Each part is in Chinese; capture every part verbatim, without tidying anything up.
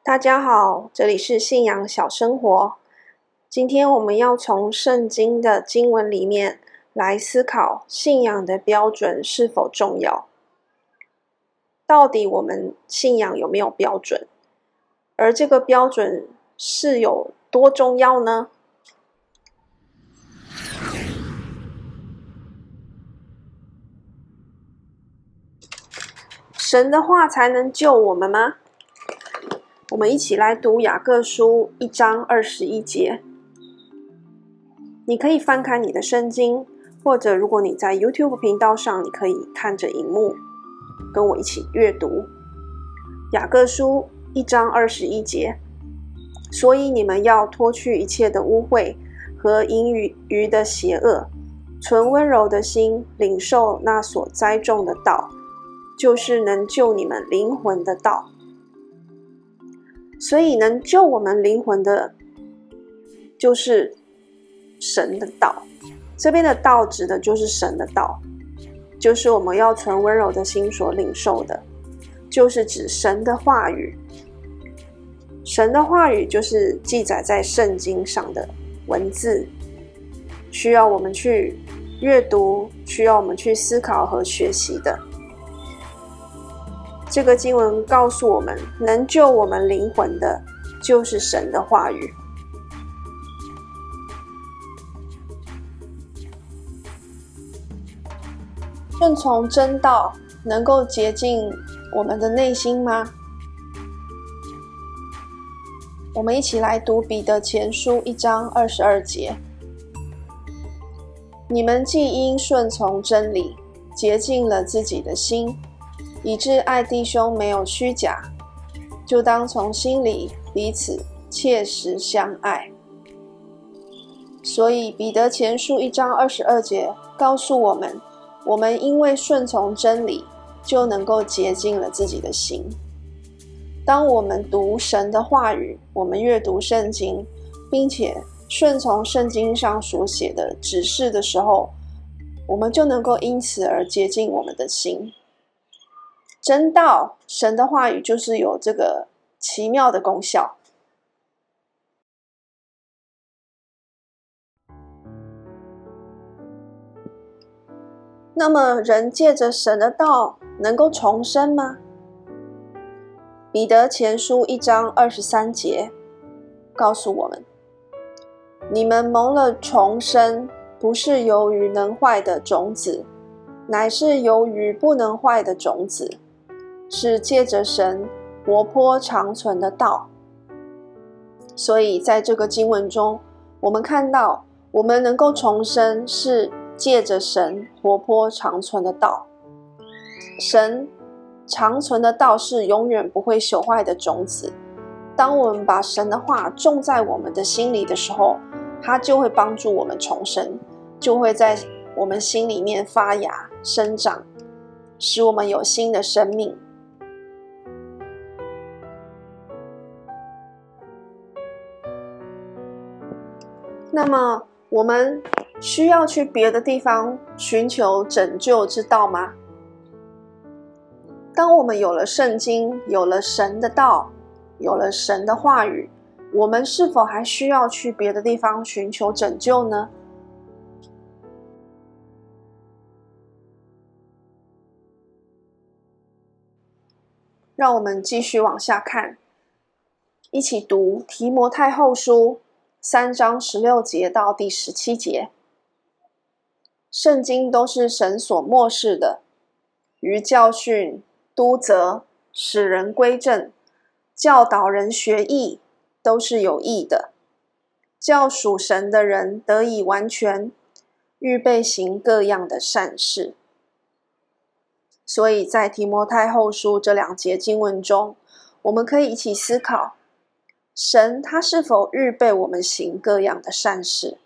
大家好，这里是信仰小生活。今天我们要从圣经的经文里面来思考信仰的标准是否重要。到底我们信仰有没有标准？而这个标准是有多重要呢？神的话才能救我们吗？我们一起来读雅各书一章二十一节。你可以翻开你的圣经，或者如果你在 YouTube 频道上，你可以看着荧幕跟我一起阅读雅各书一章二十一节。所以你们要脱去一切的污秽和盈余的邪恶，存温柔的心，领受那所栽种的道，就是能救你们灵魂的道。所以能救我们灵魂的就是神的道，这边的道指的就是神的道，就是我们要存温柔的心所领受的，就是指神的话语。神的话语就是记载在圣经上的文字，需要我们去阅读，需要我们去思考和学习的。这个经文告诉我们，能救我们灵魂的就是神的话语。顺从真道能够洁净我们的内心吗？我们一起来读彼得前书一章二十二节。你们既因顺从真理，洁净了自己的心，以致爱弟兄没有虚假，就当从心里彼此切实相爱。所以彼得前书一章二十二节告诉我们，我们因为顺从真理，就能够洁净了自己的心。当我们读神的话语，我们阅读圣经，并且顺从圣经上所写的指示的时候，我们就能够因此而洁净我们的心。真道，神的话语就是有这个奇妙的功效。那么人借着神的道能够重生吗？彼得前书一章二十三节告诉我们，你们蒙了重生，不是由于能坏的种子，乃是由于不能坏的种子，是借着神活泼长存的道。所以在这个经文中，我们看到我们能够重生是借着神活泼长存的道。神长存的道是永远不会朽坏的种子，当我们把神的话种在我们的心里的时候，它就会帮助我们重生，就会在我们心里面发芽生长，使我们有新的生命。那么我们需要去别的地方寻求拯救之道吗？当我们有了圣经，有了神的道，有了神的话语，我们是否还需要去别的地方寻求拯救呢？让我们继续往下看，一起读提摩太后书三章十六节到第十七节。圣经都是神所默示的，于教训、督责、使人归正、教导人学义，都是有益的，叫属神的人得以完全，预备行各样的善事。所以在提摩太后书这两节经文中，我们可以一起思考，神他是否预备我们行各样的善事？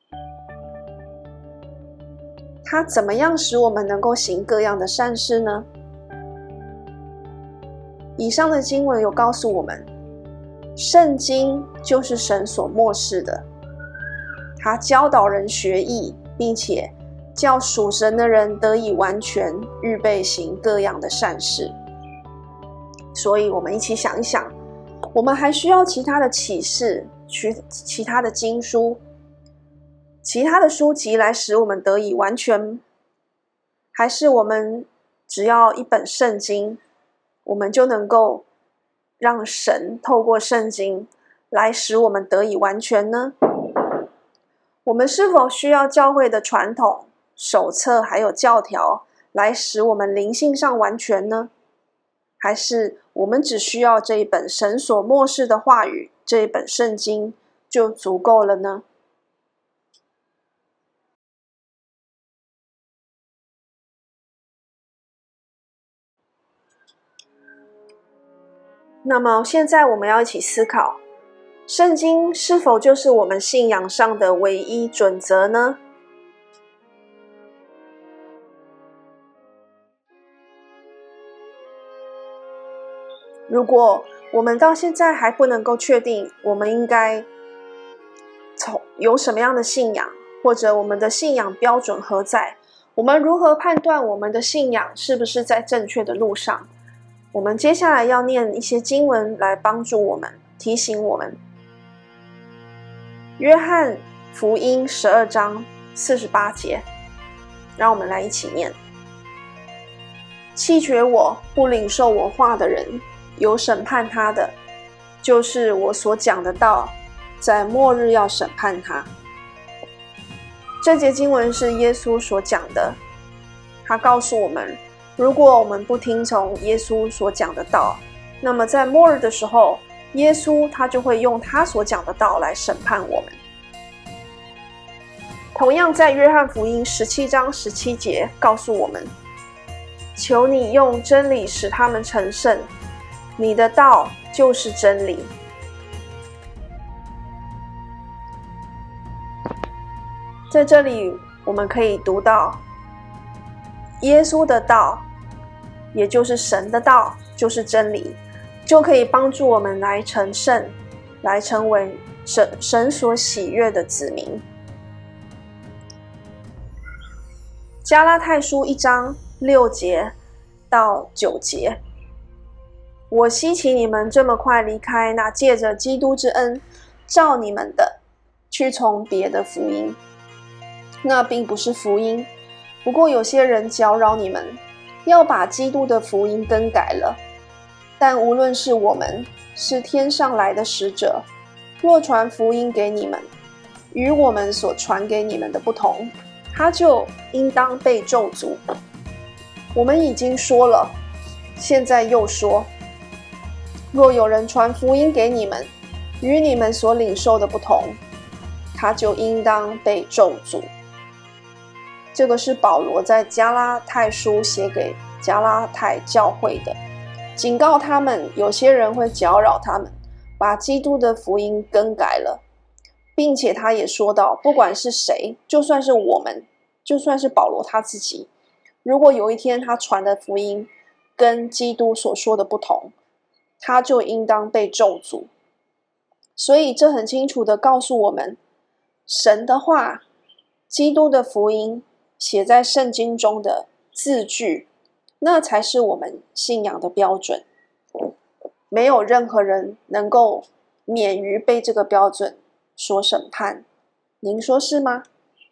他怎么样使我们能够行各样的善事呢？以上的经文有告诉我们，圣经就是神所默示的，他教导人学义，并且叫属神的人得以完全，预备行各样的善事。所以我们一起想一想， 我们还需要其他的启示，其其他的经书，其他的书籍来使我们得以完全，还是我们只要一本圣经，我们就能够让神透过圣经来使我们得以完全呢？我们是否需要教会的传统、手册还有教条来使我们灵性上完全呢？还是我们只需要这一本神所默示的话语，这一本圣经就足够了呢？那么现在我们要一起思考，圣经是否就是我们信仰上的唯一准则呢？如果我们到现在还不能够确定我们应该从有什么样的信仰，或者我们的信仰标准何在，我们如何判断我们的信仰是不是在正确的路上？我们接下来要念一些经文来帮助我们，提醒我们。约翰福音十二章四十八节，让我们来一起念。弃绝我不领受我话的人，有审判他的，就是我所讲的道，在末日要审判他。这节经文是耶稣所讲的，他告诉我们，如果我们不听从耶稣所讲的道，那么在末日的时候，耶稣他就会用他所讲的道来审判我们。同样在约翰福音十七章十七节告诉我们，求你用真理使他们成圣，你的道就是真理。在这里我们可以读到，耶稣的道，也就是神的道，就是真理，就可以帮助我们来成圣，来成为神神所喜悦的子民。加拉太书一章六节到九节，我希奇你们这么快离开那借着基督之恩召你们的，去从别的福音。那并不是福音，不过有些人搅扰你们，要把基督的福音更改了。但无论是我们，是天上来的使者，若传福音给你们，与我们所传给你们的不同，他就应当被咒诅。我们已经说了，现在又说，若有人传福音给你们，与你们所领受的不同，他就应当被咒诅。这个是保罗在加拉太书写给加拉太教会的，警告他们有些人会搅扰他们，把基督的福音更改了，并且他也说到，不管是谁，就算是我们，就算是保罗他自己，如果有一天他传的福音跟基督所说的不同，他就应当被咒诅。所以这很清楚地告诉我们，神的话，基督的福音写在圣经中的字句，那才是我们信仰的标准。没有任何人能够免于被这个标准所审判，您说是吗？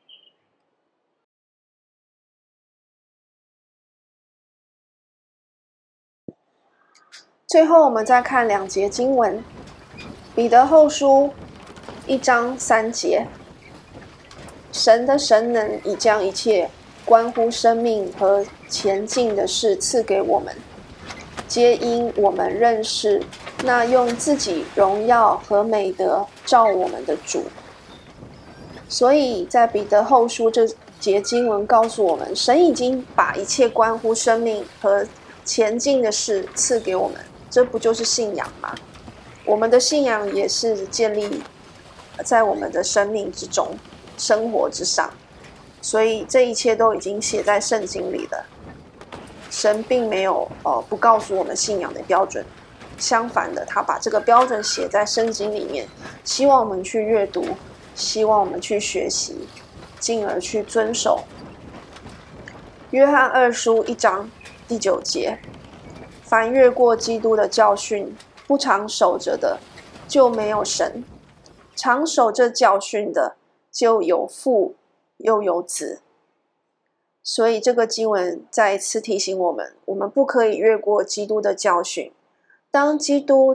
最后我们再看两节经文，彼得后书一章三节，神的神能已将一切关乎生命和前进的事赐给我们，皆因我们认识那用自己荣耀和美德召我们的主。所以在彼得后书这节经文告诉我们，神已经把一切关乎生命和前进的事赐给我们，这不就是信仰吗？我们的信仰也是建立在我们的生命之中，生活之上，所以这一切都已经写在圣经里了。神并没有呃不告诉我们信仰的标准，相反的，他把这个标准写在圣经里面，希望我们去阅读，希望我们去学习，进而去遵守。约翰二书一章第九节，凡越过基督的教训， 不常守着的，就没有神；常守这教训的，就有父又有子。所以这个经文再一次提醒我们，我们不可以越过基督的教训。当基督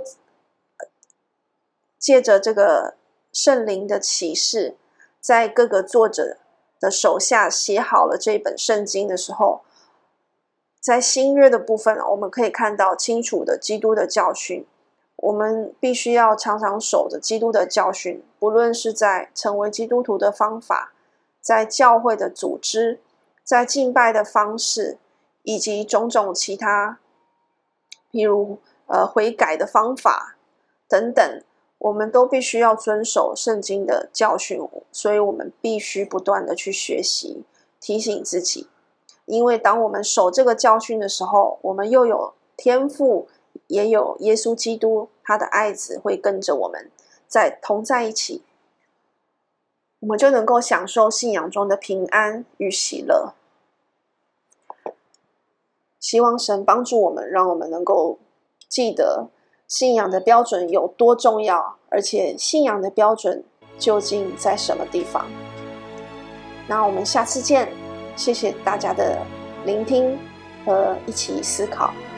借着这个圣灵的启示，在各个作者的手下写好了这本圣经的时候，在新约的部分，我们可以看到清楚的基督的教训。我们必须要常常守着基督的教训，不论是在成为基督徒的方法，在教会的组织，在敬拜的方式，以及种种其他，譬如呃悔改的方法等等，我们都必须要遵守圣经的教训。所以我们必须不断的去学习，提醒自己。因为当我们守这个教训的时候，我们又有天父，也有耶稣基督，他的爱子会跟着我们在同在一起，我们就能够享受信仰中的平安与喜乐。希望神帮助我们，让我们能够记得信仰的标准有多重要，而且信仰的标准究竟在什么地方。那我们下次见，谢谢大家的聆听和一起思考。